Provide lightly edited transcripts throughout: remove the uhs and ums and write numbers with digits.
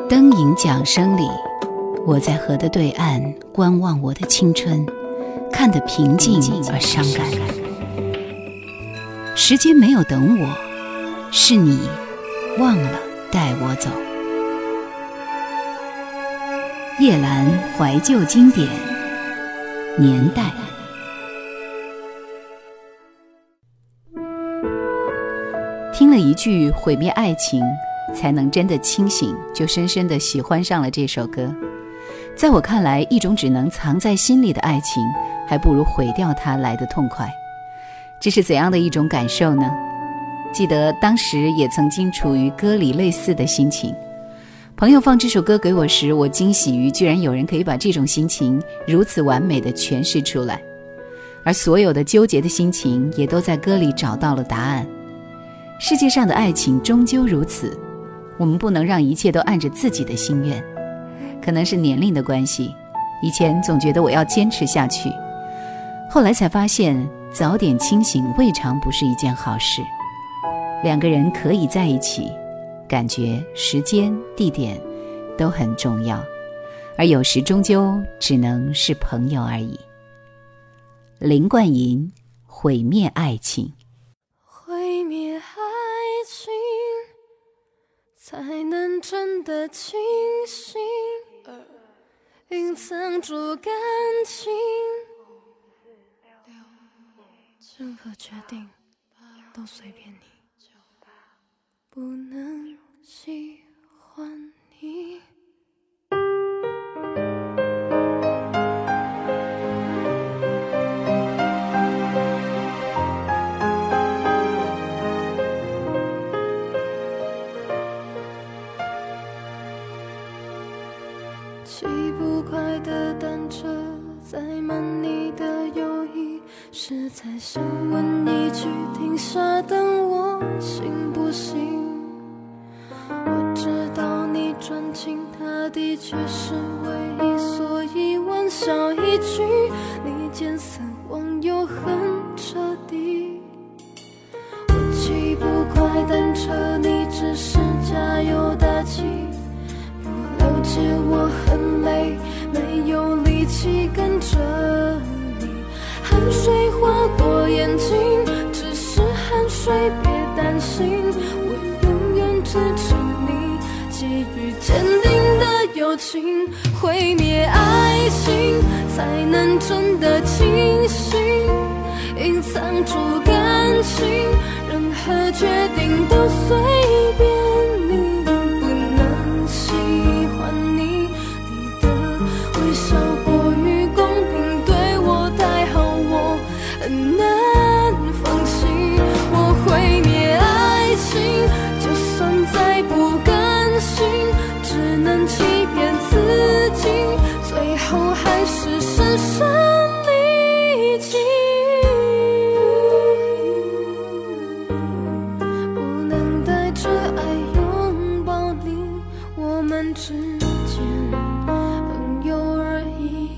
灯影桨声里，我在河的对岸观望我的青春，看得平静而伤感。时间没有等我，是你忘了带我走。叶澜怀旧经典年代。听了一句毁灭爱情才能真的清醒，就深深地喜欢上了这首歌。在我看来，一种只能藏在心里的爱情，还不如毁掉它来得痛快。这是怎样的一种感受呢？记得当时也曾经处于歌里类似的心情。朋友放这首歌给我时，我惊喜于居然有人可以把这种心情如此完美地诠释出来，而所有的纠结的心情也都在歌里找到了答案。世界上的爱情终究如此，我们不能让一切都按着自己的心愿。可能是年龄的关系，以前总觉得我要坚持下去，后来才发现早点清醒未尝不是一件好事。两个人可以在一起，感觉时间地点都很重要，而有时终究只能是朋友而已。林冠吟，毁灭爱情。 毁灭爱情才能真的清醒，隐藏住感情，任何决定都随便你，不能喜欢你。骑不快的单车载满你的友谊，是在想问一句，停下等我行不行？我知道你专情，它的确是唯一，所以玩笑一句，你见色忘友很彻底。我骑不快单车，你只是加油打气，不了解我很累，没有力气跟着你。汗水划过眼睛，只是汗水，别担心，我永远支持你，给予坚定的友情。毁灭爱情才能真的清醒，隐藏住感情，任何决定都随便你，不能喜欢你，你的微笑过于公平，对我太好，我很难放弃。我毁灭爱情，就算再不甘心，只能欺骗自己，最后还是深深历经。不能带着爱拥抱你，我们之间朋友而已。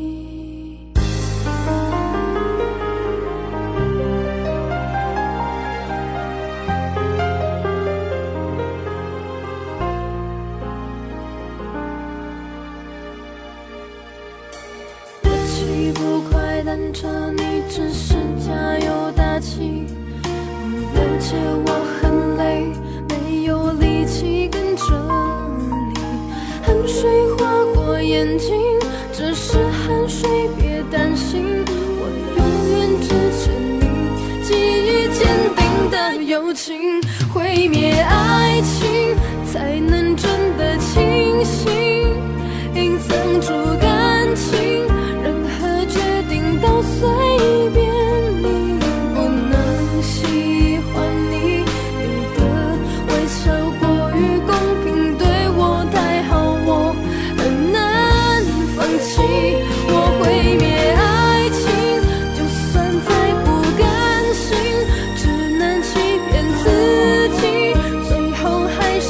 我骑不快单车，你只是加油打气，不了解我很累，没有力气跟着你。汗水划过眼睛，只是汗水，别担心，我永远支持你，给予坚定的友情。毁灭爱情才能真的清醒，隐藏住感情，任何决定都随便你，不能喜欢你，你的微笑过于公平，对我太好，我很难放弃。我毁灭爱情，就算再不甘心，只能欺骗自己，最后还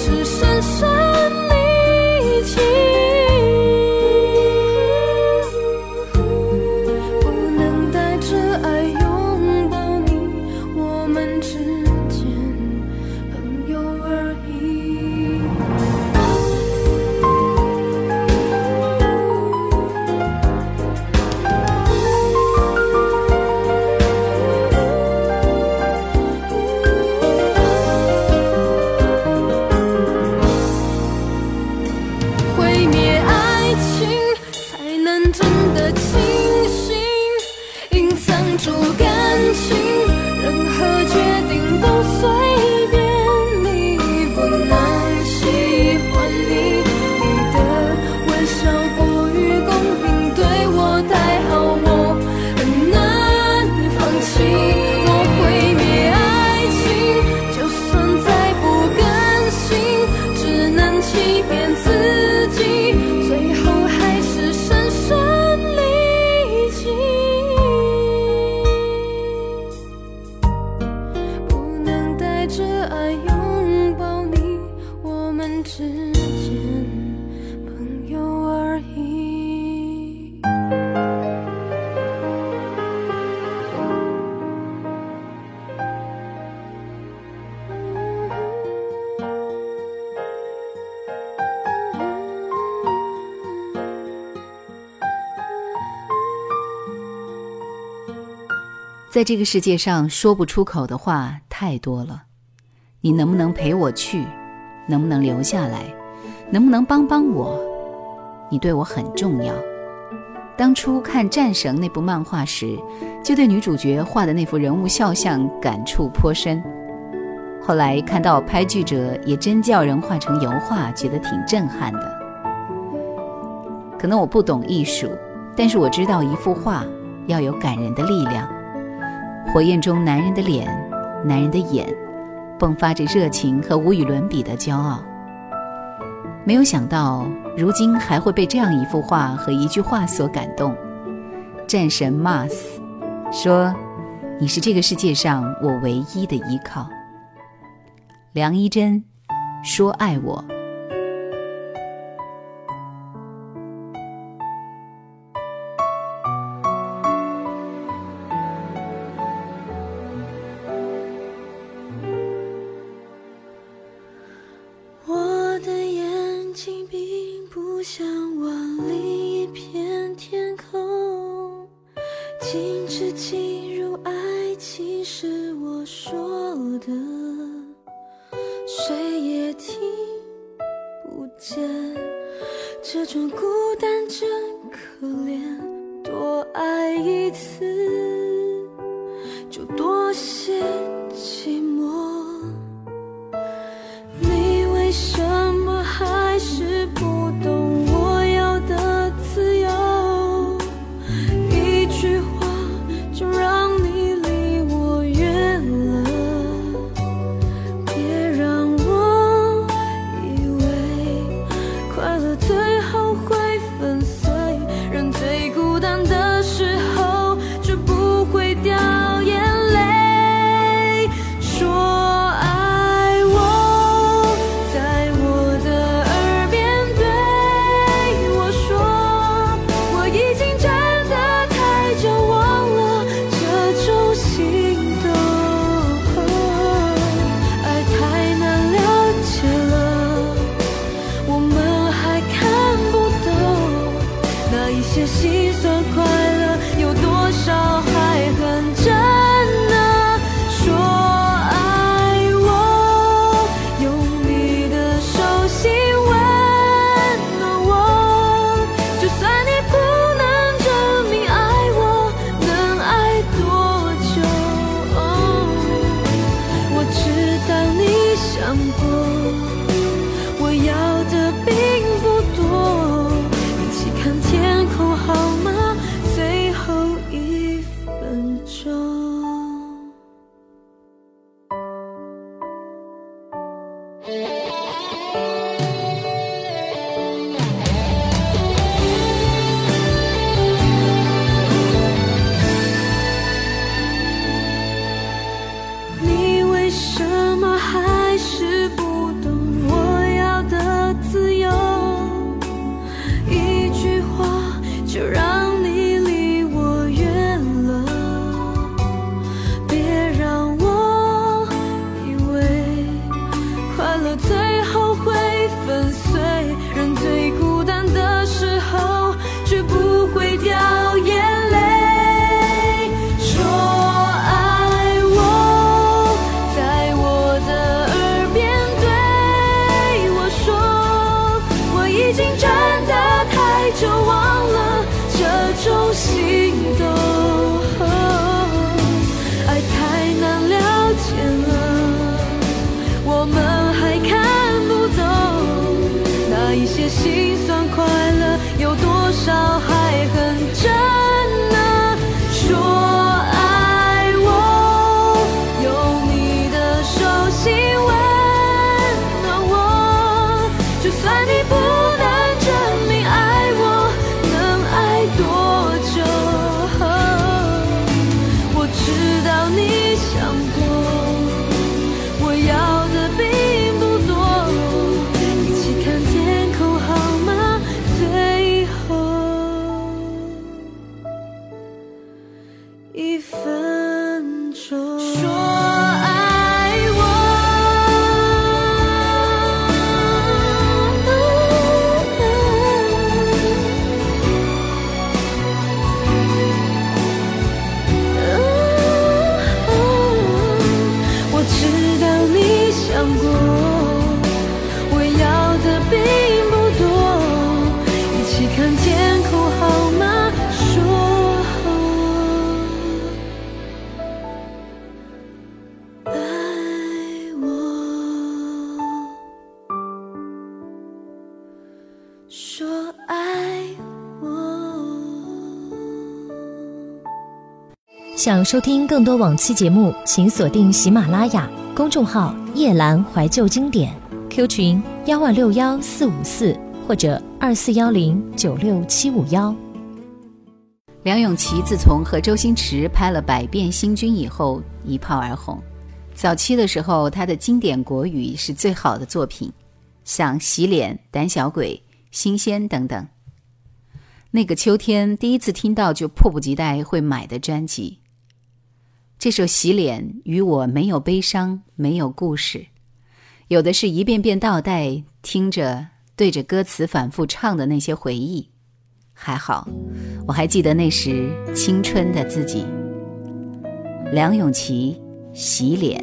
欺骗自己，最后还是深深离奇。不能带着爱拥抱你，我们之间朋友而已。 在这个世界上说不出口的话太多了，你能不能陪我去？能不能留下来？能不能帮帮我？你对我很重要。当初看《战神》那部漫画时，就对女主角画的那幅人物肖像感触颇深。后来看到拍剧者也真叫人画成油画，觉得挺震撼的。可能我不懂艺术，但是我知道一幅画要有感人的力量。火焰中男人的脸，男人的眼，迸发着热情和无与伦比的骄傲。没有想到如今还会被这样一幅画和一句话所感动。战神 Mars 说，你是这个世界上我唯一的依靠。梁一真说爱我。 禁止进入爱情是我说的，谁也听不见，这种孤单真可怜，多爱一次就多些寂寞。你为什么还是不懂我要的自由？一句话就让你离我远了，别让我以为快乐最后会粉碎，人最孤单的时候就说爱我。 想收听更多往期节目，请锁定喜马拉雅公众号夜阑怀旧经典， Q 群1261454或者24109671。 梁咏琪自从和周星驰拍了《百变星君》以后一炮而红。早期的时候，他的经典国语是最好的作品，像《洗脸》《胆小鬼》《新鲜》等等。那个秋天第一次听到就迫不及待会买的专辑。这首《洗脸》与我没有悲伤，没有故事，有的是一遍遍倒带，听着对着歌词反复唱的那些回忆。还好，我还记得那时青春的自己。梁咏琪，《洗脸》。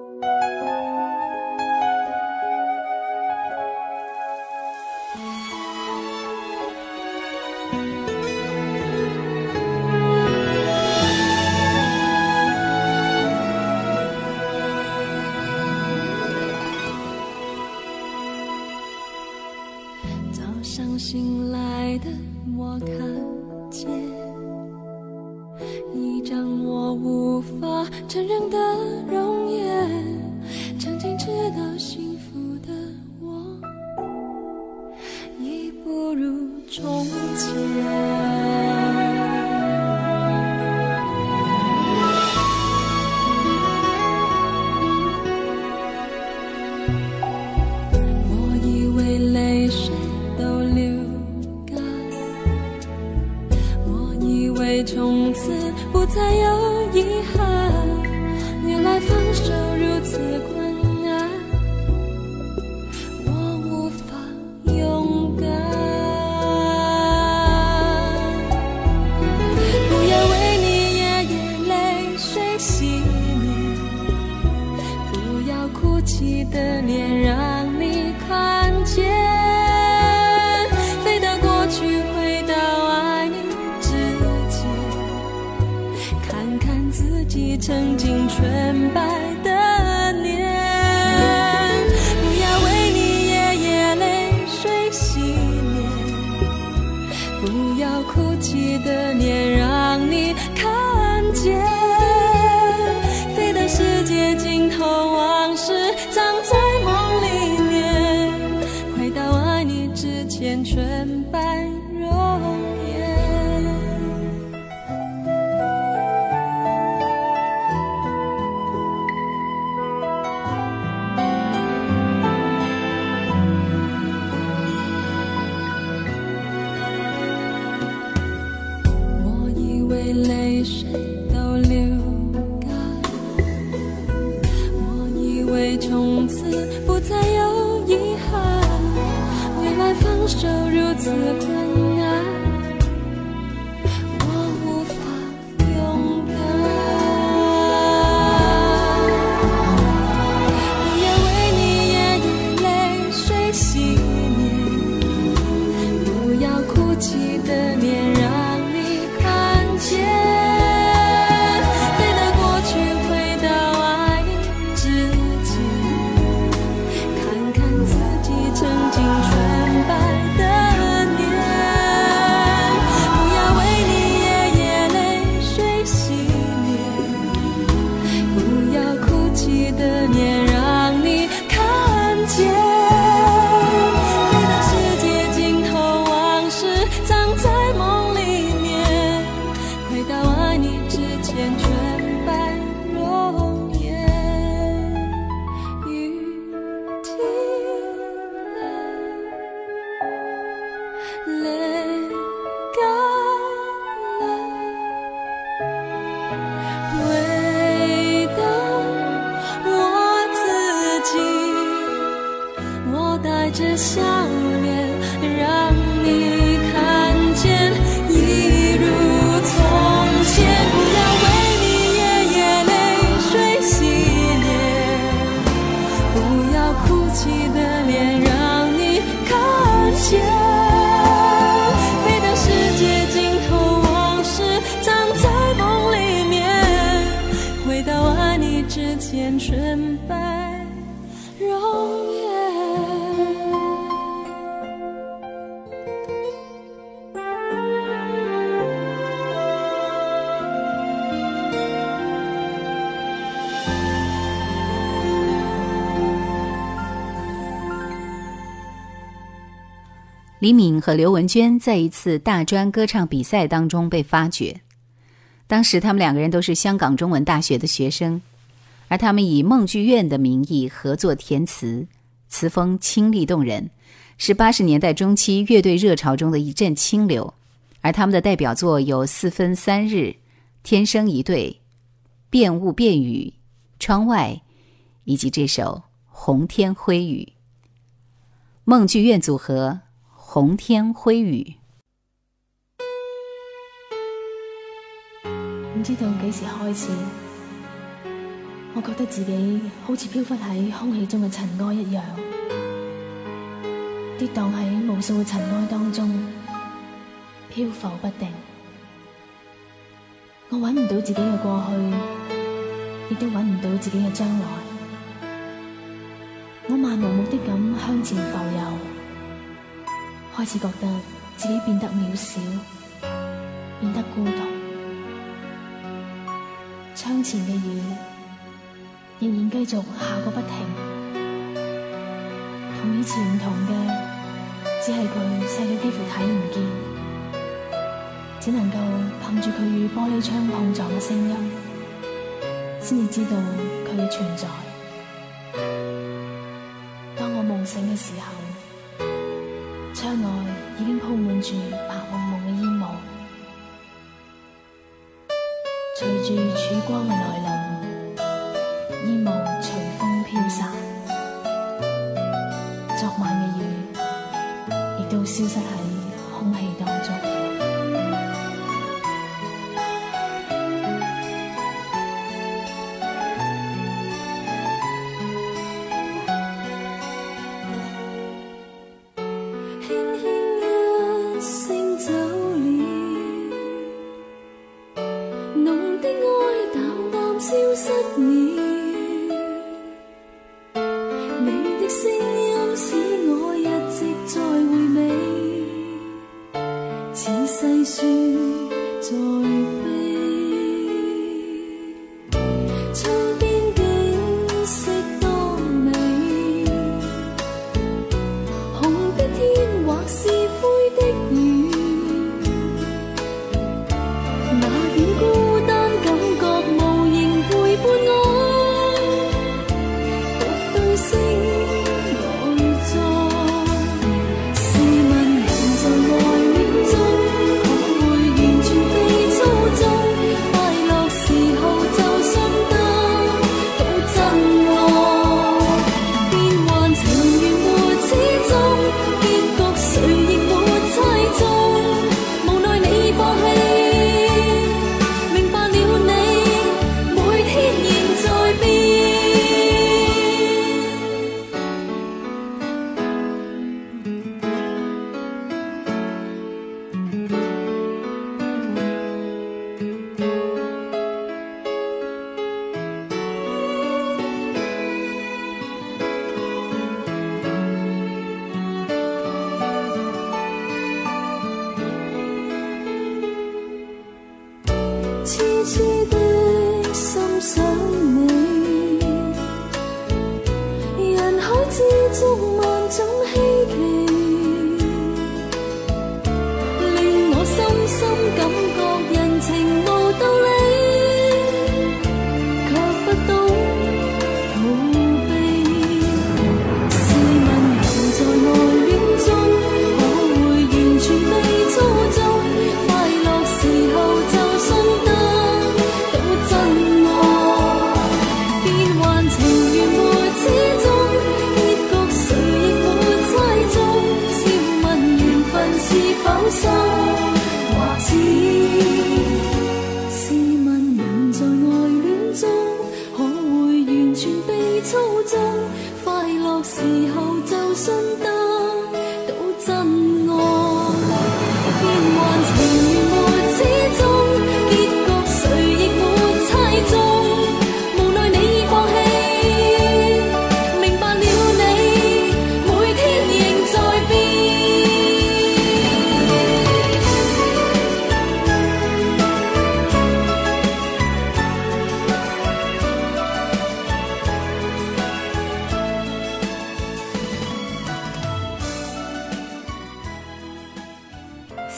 早上醒来的我看见一张我无法承认的容颜，曾经知道幸福的我已不如从前。从此不再有遗憾，原来放手如此困难，我无法勇敢。不要为你夜夜泪水洗脸，不要哭泣的脸让你看见，飞到过去回到爱你自己曾经纯白的脸，不要为你夜夜泪水洗脸，不要哭泣的脸让你看见，飞到世界尽头，往事藏在梦里面，回到爱你之前纯白容颜。泪水都流干，我以为从此不再有遗憾，原来放手如此困难，我无法勇敢。不要为你夜夜泪水洗脸，不要哭泣的脸让你看见，着笑脸让你看见一如从前，不要为你夜夜泪水洗脸，不要哭泣的脸让你看见，飞到世界尽头，往事藏在梦里面，回到爱你之前纯白容颜。 李敏和刘文娟在一次大专歌唱比赛当中被发掘。当时他们2个人都是香港中文大学的学生，而他们以梦剧院的名义合作填词，词风清丽动人，是80年代中期乐队热潮中的一阵清流。而他们的代表作有4分3日、天生一对、变物变语、窗外，以及这首红天灰雨。梦剧院组合红天灰雨。 唔知道幾時開始，我覺得自己好似漂忽喺空氣中嘅塵埃一樣，跌蕩喺無數嘅塵埃當中，漂浮不定。我揾唔到自己嘅過去，亦都揾唔到自己嘅將來。我漫無目的咁向前浮游，開始覺得自己變得渺小，變得孤獨。窗前嘅雨仍然繼續下個不停，同以前唔同嘅，只係佢細到幾乎睇唔見，只能夠憑住佢與玻璃窗碰撞嘅聲音，先至知道佢嘅存在。當我夢醒嘅時候，窗外已經鋪滿住白蒙蒙嘅煙霧。隨住曙光嘅來臨，煙霧隨風飄散，昨晚嘅雨亦都消失喺空氣當中。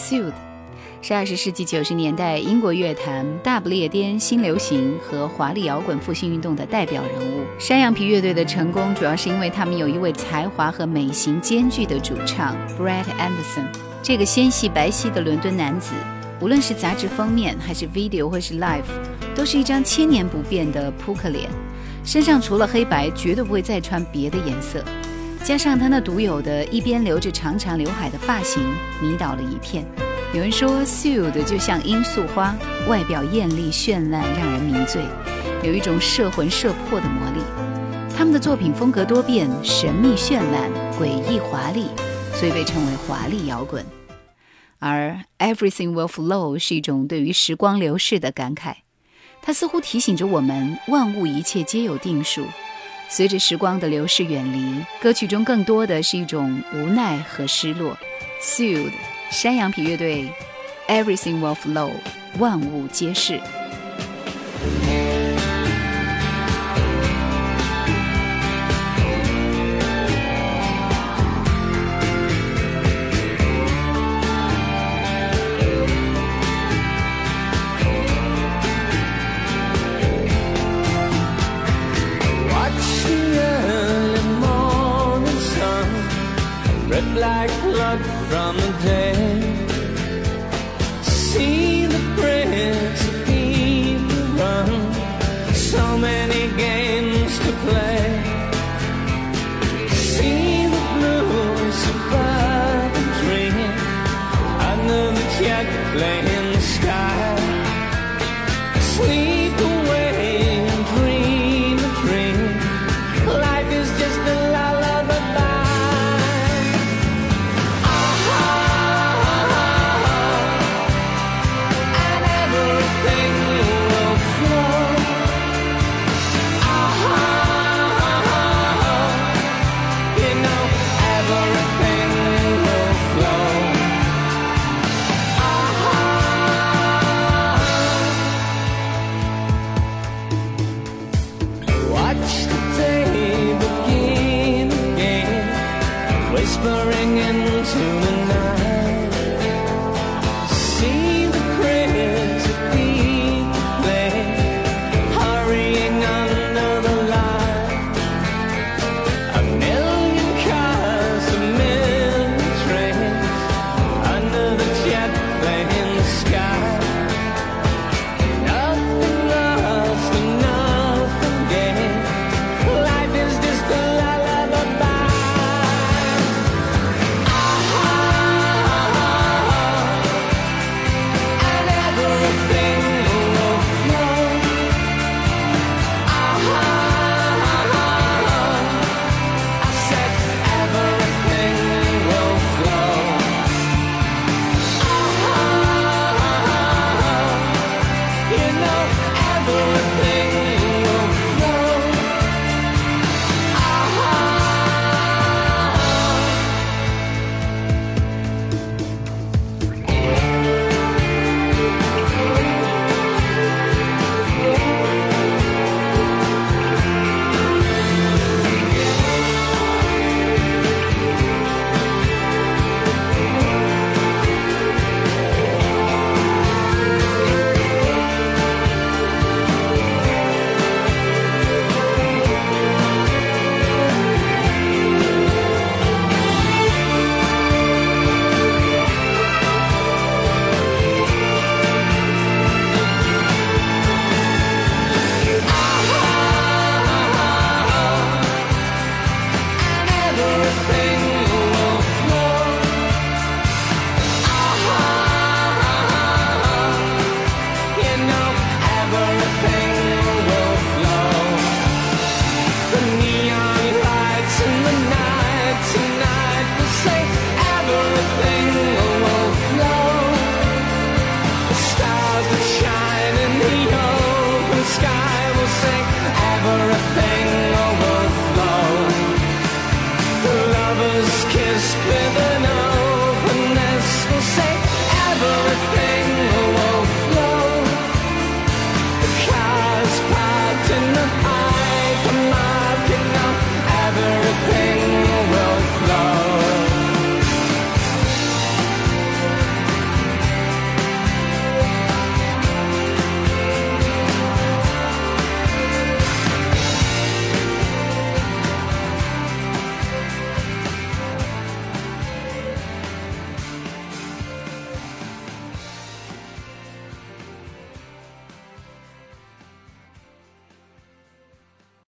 Suede 是20世纪90年代英国乐坛大不列颠新流行和华丽摇滚复兴运动的代表人物。山羊皮乐队的成功主要是因为他们有一位才华和美型兼具的主唱 Brett Anderson。 这个纤细白皙的伦敦男子，无论是杂志封面还是 video 或是 live， 都是一张千年不变的扑克脸，身上除了黑白绝对不会再穿别的颜色，加上他那独有的一边留着长长刘海的发型，迷倒了一片。有人说 Suede 就像罂粟花，外表艳丽绚烂，让人迷醉，有一种摄魂摄魄的魔力。他们的作品风格多变，神秘绚烂，诡异华丽，所以被称为华丽摇滚。而 Everything Will Flow 是一种对于时光流逝的感慨，它似乎提醒着我们，万物一切皆有定数，随着时光的流逝远离，歌曲中更多的是一种无奈和失落。 Suede 山羊皮乐队 Everything Will Flow 万物皆是。 Like blood from the dead, see the prince of people run, so many games to play, see the blues above the dream, under the jet playing sky, sleep away and dream a dream, life is just a lullaby. Whispering into the night,